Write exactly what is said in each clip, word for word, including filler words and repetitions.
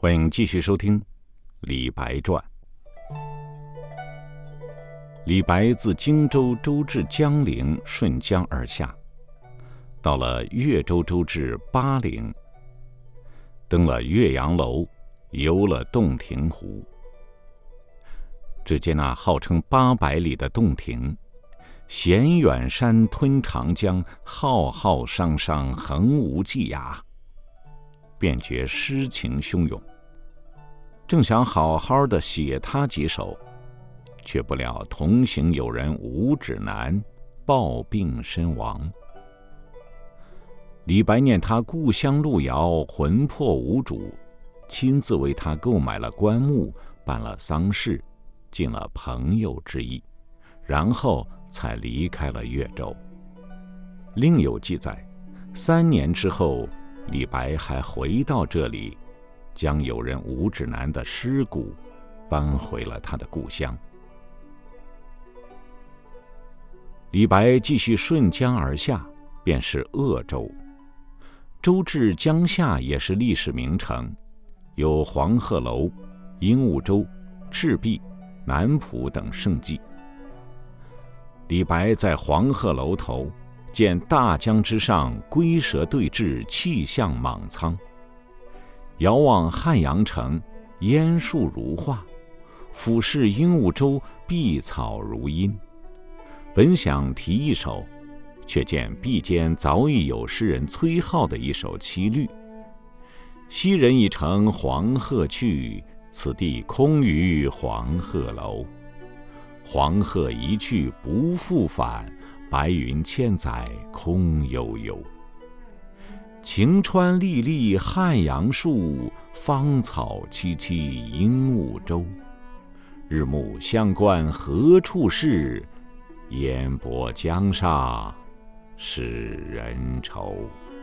欢迎继续收听《李白传》。李白自荆州州至江陵，顺江而下，到了越州州至巴陵，登了岳阳楼，游了洞庭湖。只见那号称八百里的洞庭，衔远山吞长江，浩浩汤汤，横无际涯，便觉诗情汹涌。正想好好的写他几首，却不料同行友人吴指南暴病身亡。李白念他故乡路遥，魂魄无主，亲自为他购买了棺木，办了丧事，尽了朋友之意，然后才离开了越州。另有记载，三年之后，李白还回到这里，将友人吴指南的尸骨搬回了他的故乡。李白继续顺江而下，便是鄂州。州至江夏也是历史名城，有黄鹤楼、鹦鹉洲、赤壁、南浦等胜迹。李白在黄鹤楼头见大江之上龟蛇对峙，气象莽苍，遥望汉阳城，烟树如画，俯视鹦鹉洲，碧草如茵。本想题一首，却见壁间早已有诗人崔颢的一首七律：昔人已乘黄鹤去，此地空余黄鹤楼。黄鹤一去不复返，白云千载空悠悠。晴川历历汉阳树，芳草萋萋鹦鹉洲。日暮乡关何处是？烟波江上使人愁。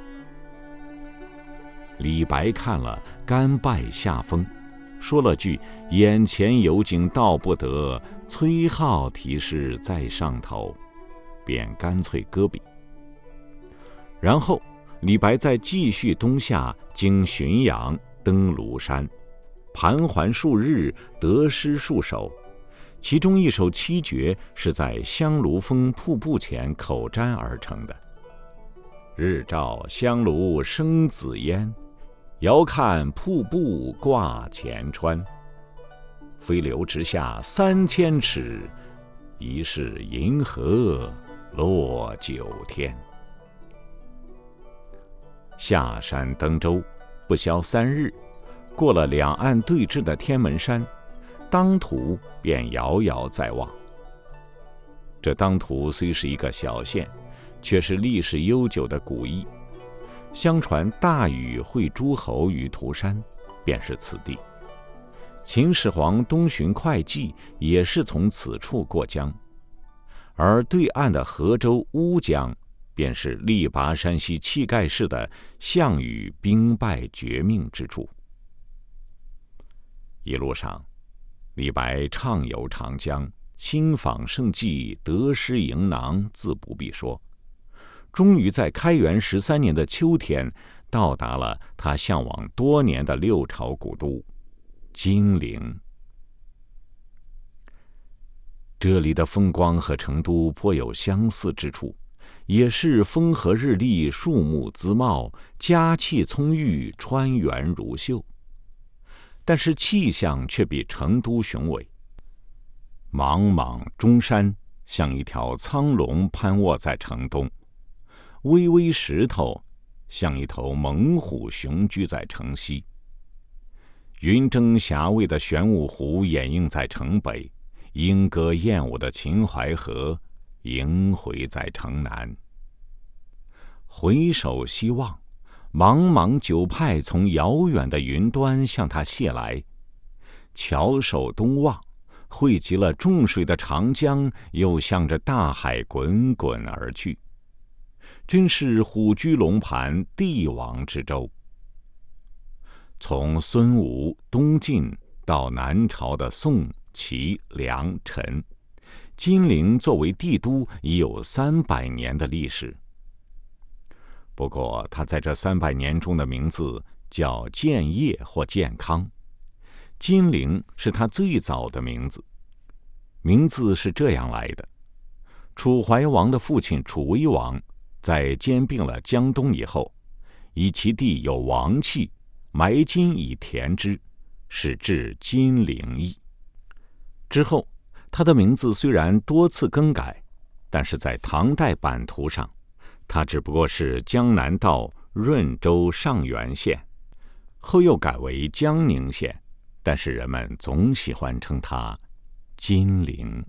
李白看了，甘拜下风，说了句眼前有景道不得，崔颢题诗在上头，便干脆搁笔。然后李白再继续东下，经浔阳，登庐山，盘桓数日，得诗数首。其中一首七绝是在香炉峰瀑布前口占而成的：日照香炉生紫烟，遥看瀑布挂前川。飞流直下三千尺，疑是银河落九天。下山登州，不消三日，过了两岸对峙的天门山，当涂便遥遥在望。这当涂虽是一个小县，却是历史悠久的古邑。相传大禹会诸侯于涂山，便是此地。秦始皇东巡会稽也是从此处过江，而对岸的河州乌江，便是力拔山兮气盖世的项羽兵败绝命之处。一路上，李白畅游长江，亲访胜迹，得失盈囊，自不必说。终于在开元十三年的秋天，到达了他向往多年的六朝古都金陵。这里的风光和成都颇有相似之处，也是风和日丽，树木滋茂，佳气葱郁，川原如绣。但是气象却比成都雄伟。莽莽中山像一条苍龙攀卧在城东，巍巍石头像一头猛虎雄居在城西。云蒸霞蔚的玄武湖掩映在城北，莺歌燕舞的秦淮河萦回在城南。回首西望，茫茫九派从遥远的云端向他泻来，翘首东望，汇集了众水的长江又向着大海滚滚而去。真是虎踞龙盘，帝王之州。从孙吴、东晋到南朝的宋、齐、梁、陈，金陵作为帝都已有三百年的历史。不过他在这三百年中的名字叫建业或建康。金陵是他最早的名字，名字是这样来的：楚怀王的父亲楚威王在兼并了江东以后，以其地有王气，埋金以填之，使至金陵邑。之后他的名字虽然多次更改，但是在唐代版图上，他只不过是江南道润州上元县，后又改为江宁县，但是人们总喜欢称他金陵。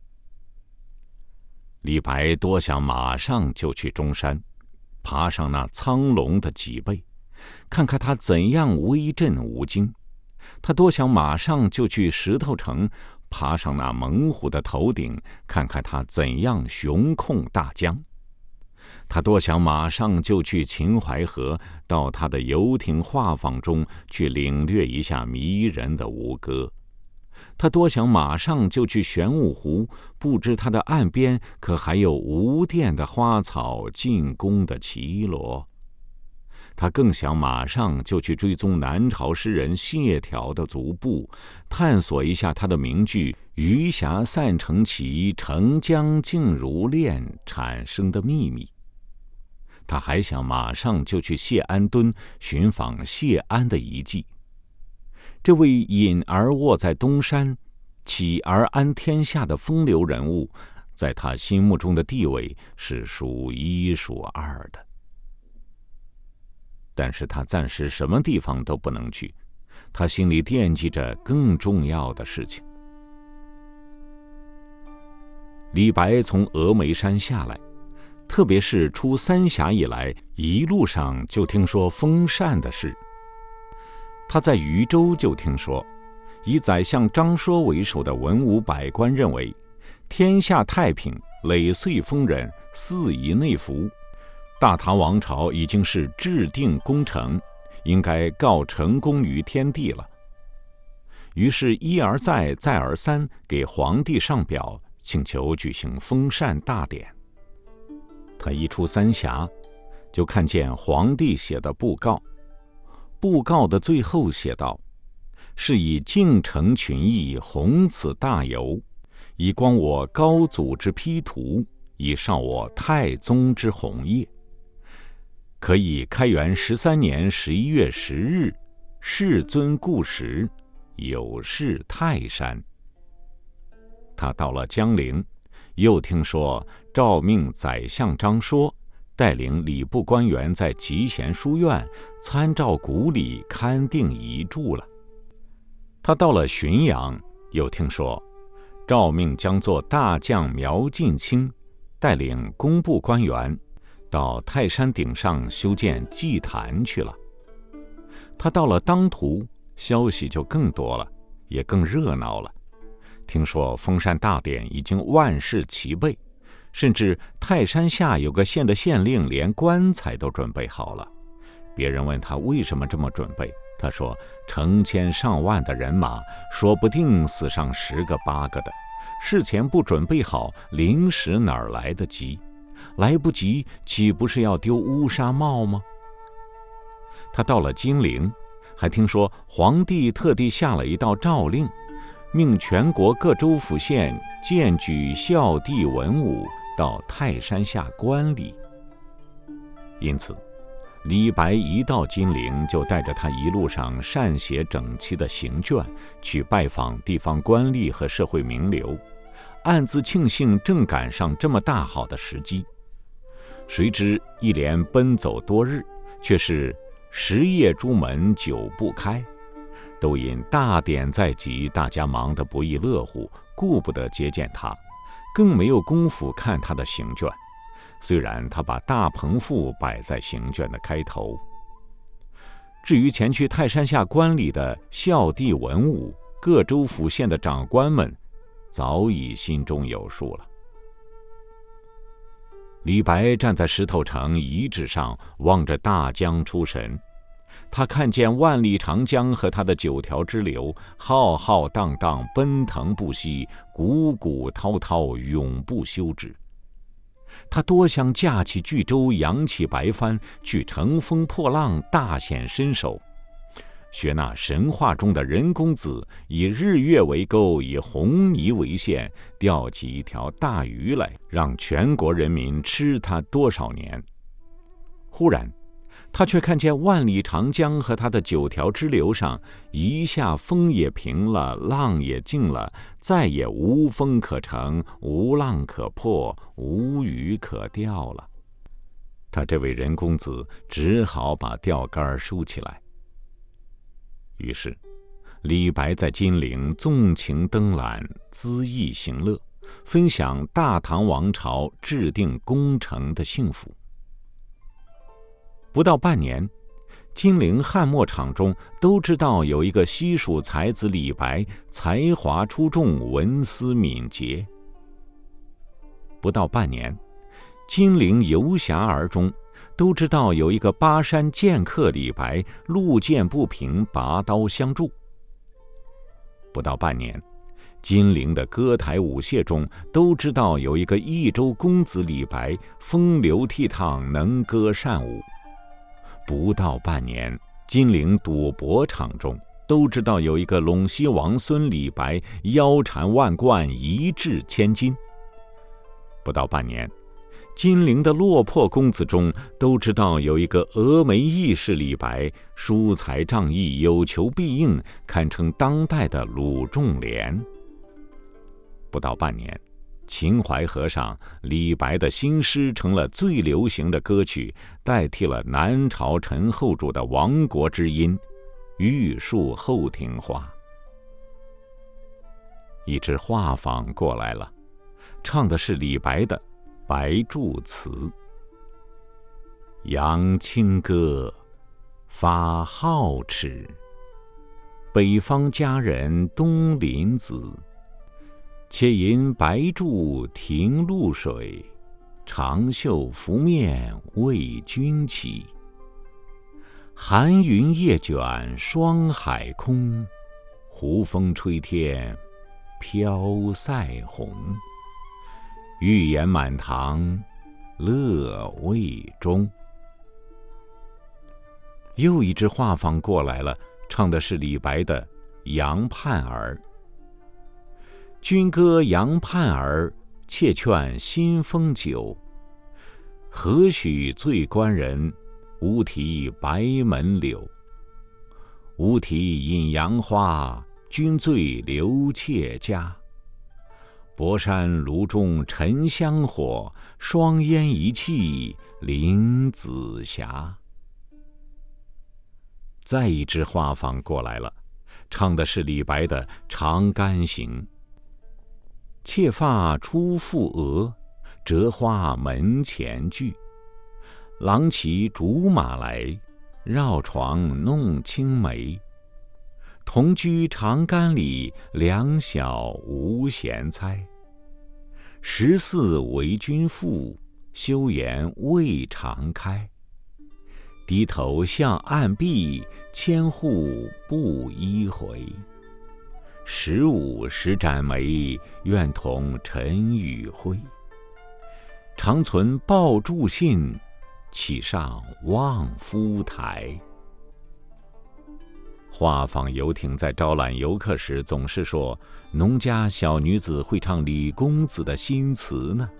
李白多想马上就去中山，爬上那苍龙的脊背，看看他怎样威震吴京；他多想马上就去石头城，爬上那猛虎的头顶，看看他怎样雄控大江；他多想马上就去秦淮河，到他的游艇画舫中去领略一下迷人的吴歌；他多想马上就去玄武湖，不知他的岸边可还有无电的花草，进宫的绮罗；他更想马上就去追踪南朝诗人谢条的足步，探索一下他的名句“鱼霞散成旗，澄江静如练”产生的秘密。他还想马上就去谢安墩寻访谢安的遗迹。这位隐而卧在东山，起而安天下的风流人物，在他心目中的地位是数一数二的。但是他暂时什么地方都不能去，他心里惦记着更重要的事情。李白从峨眉山下来，特别是出三峡以来，一路上就听说风扇的事。他在渝州就听说，以宰相张说为首的文武百官认为，天下太平，累岁丰人，四夷内服，大唐王朝已经是制定功成，应该告成功于天地了。于是一而再再而三给皇帝上表，请求举行封禅大典。他一出三峡，就看见皇帝写的布告，布告的最后写道：是以敬诚群义，弘此大游，以光我高祖之批图，以绍我太宗之宏业。可以开元十三年十一月十日，世尊故时，有事泰山。他到了江陵，又听说诏命宰相张说带领礼部官员在集贤书院参照古礼，勘定遗著了。他到了浔阳，又听说诏命将作大将苗晋卿带领工部官员到泰山顶上修建祭坛去了。他到了当涂，消息就更多了，也更热闹了。听说封禅大典已经万事齐备，甚至泰山下有个县的县令连棺材都准备好了。别人问他为什么这么准备，他说成千上万的人马，说不定死上十个八个的，事前不准备好，临时哪儿来得及？来不及，岂不是要丢乌纱帽吗？他到了金陵，还听说皇帝特地下了一道诏令，命全国各州府县荐举孝弟文武到泰山下观礼。因此李白一到金陵，就带着他一路上善写整齐的行卷去拜访地方官吏和社会名流，暗自庆幸正赶上这么大好的时机。谁知一连奔走多日，却是十夜朱门久不开，都因大典在即，大家忙得不亦乐乎，顾不得接见他，更没有功夫看他的行卷。虽然他把大鹏赋摆在行卷的开头。至于前去泰山下观礼的孝弟文武、各州府县的长官们，早已心中有数了。李白站在石头城遗址上，望着大江出神。他看见万里长江和它的九条支流，浩浩荡荡，奔腾不息，汩汩滔滔，永不休止。他多想架起巨舟，扬起白帆，去乘风破浪，大显身手。 学那神话中的人公子，以日月为钩，以红泥为线，钓起一条大鱼来，让全国人民吃它多少年。忽然他却看见万里长江和它的九条支流上，一下风也平了，浪也静了，再也无风可乘，无浪可破，无鱼可钓了。他这位人公子只好把钓竿收起来。于是李白在金陵纵情登览，恣意行乐，分享大唐王朝制定工程的幸福。不到半年，金陵汉墨场中都知道有一个西蜀才子李白，才华出众，文思敏捷。不到半年，金陵游侠儿中都知道有一个巴山剑客李白，路见不平，拔刀相助。不到半年，金陵的歌台舞榭中都知道有一个益州公子李白，风流倜傥，能歌善舞。不到半年，金陵赌博场中都知道有一个陇西王孙李白，腰缠万贯，一掷千金。不到半年，金陵的落魄公子中都知道有一个峨眉义士李白，疏财仗义，有求必应，堪称当代的鲁仲连。不到半年，秦淮河上李白的新诗成了最流行的歌曲，代替了南朝陈后主的亡国之音《玉树后庭花》。一支画舫过来了，唱的是李白的白祝词：扬清歌，发皓齿，北方佳人东林子。且吟白祝停渌水，长袖拂面为君骑。寒云夜卷霜海空，胡风吹天飘塞红。欲言满堂乐未终。又一支画舫过来了，唱的是李白的《杨盼儿》。君歌杨盼儿，妾劝新丰酒。何许醉官人，无题白门柳。无题饮杨花，君醉留妾家。博山炉中沉香火，霜烟一气凌紫霞。再一支画舫过来了，唱的是李白的《长干行》。妾发初覆额，折花门前剧。郎骑竹马来，绕床弄青梅。同居长干里，两小无嫌猜。十四为君妇，休言未尝开。低头向岸壁，千户不依回。十五时展眉，愿同尘与灰。常存报祝信，岂上望夫台。画舫游艇在招揽游客时，总是说农家小女子会唱李公子的新词呢。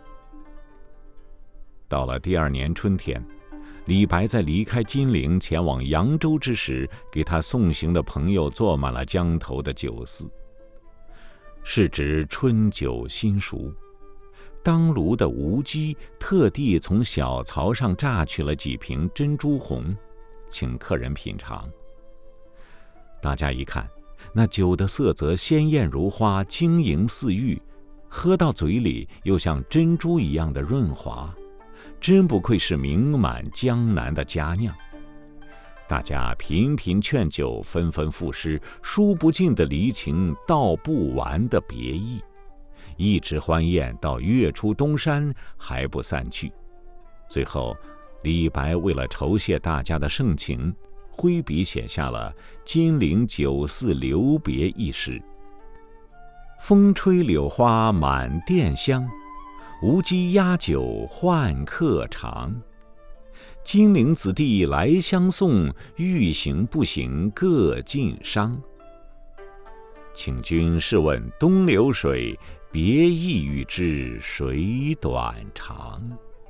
到了第二年春天，李白在离开金陵前往扬州之时，给他送行的朋友坐满了江头的酒肆。是值春酒新熟，当炉的吴姬特地从小槽上榨取了几瓶珍珠红，请客人品尝。大家一看，那酒的色泽鲜艳如花，晶莹似玉，喝到嘴里又像珍珠一样的润滑，真不愧是名满江南的佳酿。大家频频劝酒，纷纷赋诗，说不尽的离情，道不完的别意，一直欢宴到月出东山还不散去。最后，李白为了酬谢大家的盛情，挥笔写下了《金陵酒肆留别》一诗：风吹柳花满店香，吴姬压酒换客尝。 金陵子弟来相送，欲行不行各尽觞。请君试问东流水，别意欲知水短长。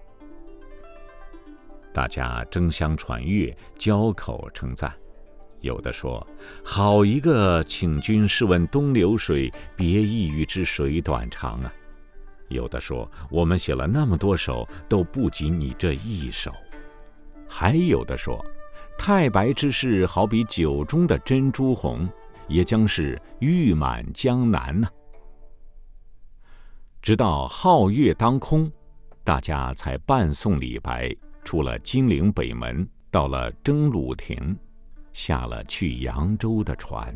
大家争相传阅，交口称赞。有的说：好一个请君试问东流水，别意欲知水短长啊！有的说：我们写了那么多首，都不及你这一首。还有的说：太白之士好比酒中的珍珠红，也将是誉满江南呢、啊。直到皓月当空，大家才伴送李白出了金陵北门，到了征虏亭，下了去扬州的船。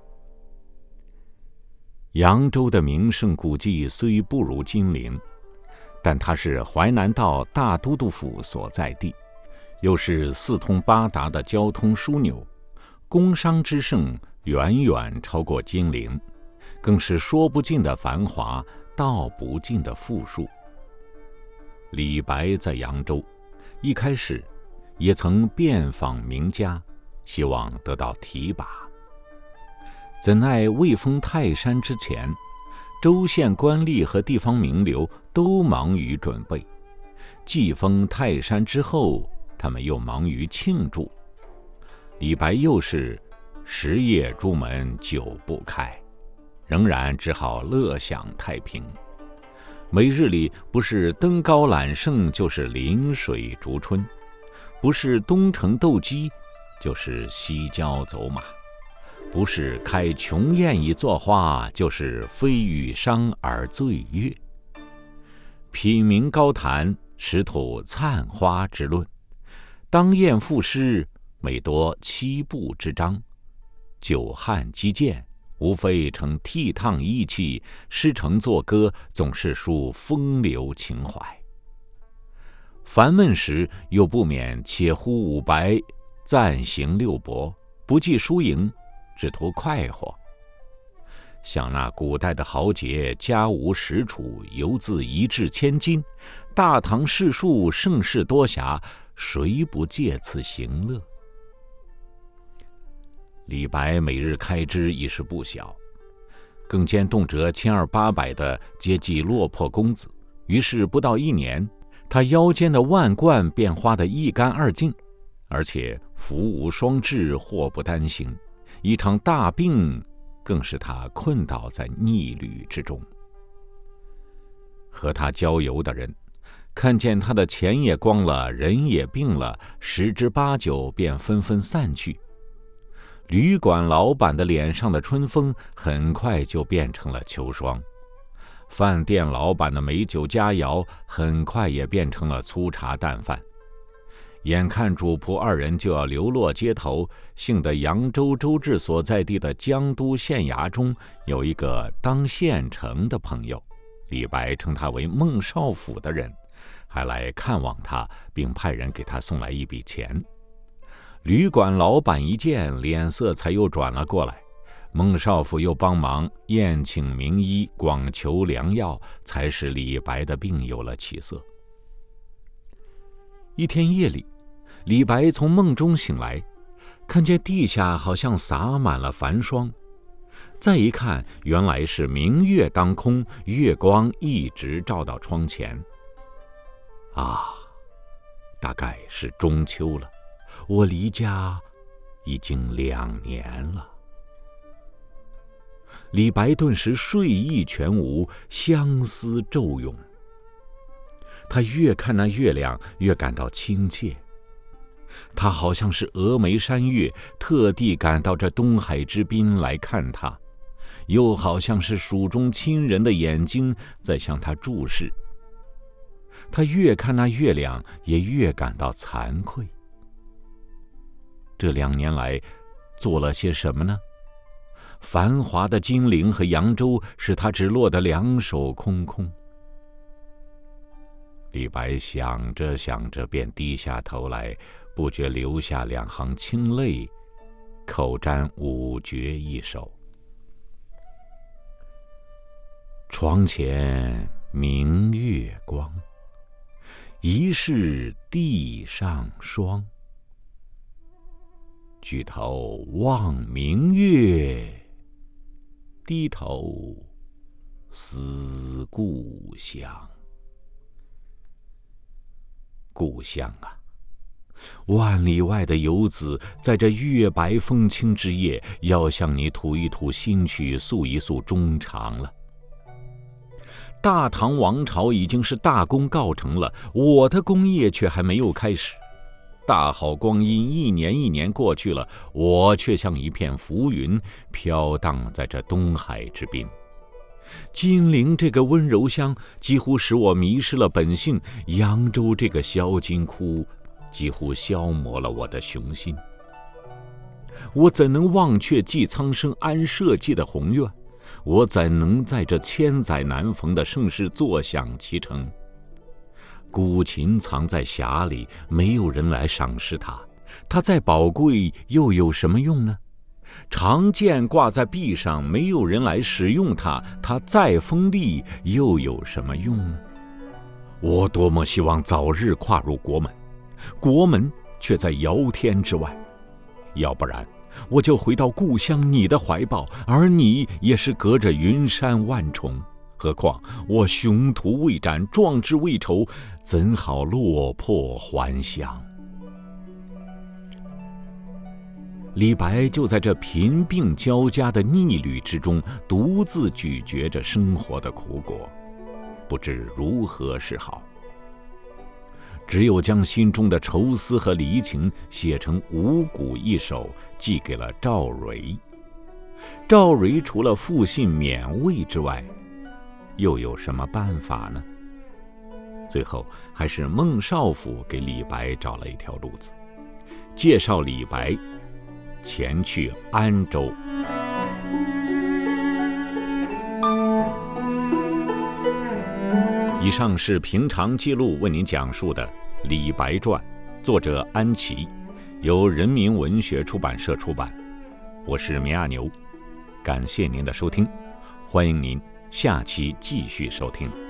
扬州的名胜古迹虽不如金陵，但它是淮南道大都督府所在地，又是四通八达的交通枢纽，工商之盛远远超过金陵，更是说不尽的繁华，道不尽的富庶。李白在扬州一开始也曾遍访名家，希望得到提拔。怎奈未封泰山之前，州县官吏和地方名流都忙于准备；既封泰山之后，他们又忙于庆祝。李白又是十夜朱门酒不开，仍然只好乐享太平。每日里不是登高揽胜，就是临水逐春，不是东城斗鸡，就是西郊走马，不是开琼宴以作花，就是飞羽觞而醉月。品茗高谈，实吐灿花之论；当宴赋诗，每多七步之章。酒酣击剑，无非成倜傥意气；诗成作歌，总是抒风流情怀。烦闷时，又不免且呼五白，暂行六博，不计输赢，只图快活。像那古代的豪杰，家无实储，犹自一掷千金；大唐士庶，盛世多暇，谁不借此行乐？李白每日开支已是不小，更兼动辄千二八百的接济落魄公子，于是不到一年，他腰间的万贯便花得一干二净，而且福无双至，祸不单行，一场大病更使他困倒在逆旅之中。和他交游的人看见他的钱也光了，人也病了，十之八九便纷纷散去。旅馆老板的脸上的春风很快就变成了秋霜，饭店老板的美酒佳肴很快也变成了粗茶淡饭。眼看主仆二人就要流落街头，幸得扬州州治所在地的江都县衙中有一个当县丞的朋友，李白称他为孟少府的人，还来看望他，并派人给他送来一笔钱。旅馆老板一见，脸色才又转了过来。孟少府又帮忙宴请名医，广求良药，才使李白的病有了起色。一天夜里，李白从梦中醒来，看见地下好像洒满了繁霜，再一看，原来是明月当空，月光一直照到窗前。啊，大概是中秋了，我离家已经两年了。李白顿时睡意全无，相思骤涌。他越看那月亮，越感到亲切。他好像是峨眉山月，特地赶到这东海之滨来看他，又好像是蜀中亲人的眼睛在向他注视。他越看那月亮，也越感到惭愧。这两年来做了些什么呢？繁华的金陵和扬州使他只落得两手空空。李白想着想着，便低下头来，不觉流下两行清泪，口占五绝一首：床前明月光， 疑是地上霜。举头望明月，低头思故乡。故乡啊，万里外的游子，在这月白风清之夜，要向你吐一吐心曲，诉一诉衷肠了。大唐王朝已经是大功告成了，我的功业却还没有开始。大好光阴一年一年过去了，我却像一片浮云，飘荡在这东海之滨。金陵这个温柔乡，几乎使我迷失了本性；扬州这个销金窟，几乎消磨了我的雄心。我怎能忘却寄苍生安社稷的宏愿？我怎能在这千载难逢的盛世坐享其成？古琴藏在匣里，没有人来赏识它，它再宝贵又有什么用呢？长剑挂在壁上，没有人来使用它，它再锋利又有什么用呢？我多么希望早日跨入国门，国门却在遥天之外。要不然我就回到故乡你的怀抱，而你也是隔着云山万重。何况我雄图未展，壮志未酬，怎好落魄还乡？李白就在这贫病交加的逆旅之中，独自咀嚼着生活的苦果，不知如何是好。只有将心中的愁思和离情写成五古一首，寄给了赵蕤。赵蕤除了复信勉慰之外，又有什么办法呢？最后还是孟少府给李白找了一条路子，介绍李白前去安州。以上是平常记录为您讲述的《李白传》，作者安琪，由人民文学出版社出版。我是绵亚牛，感谢您的收听，欢迎您下期继续收听。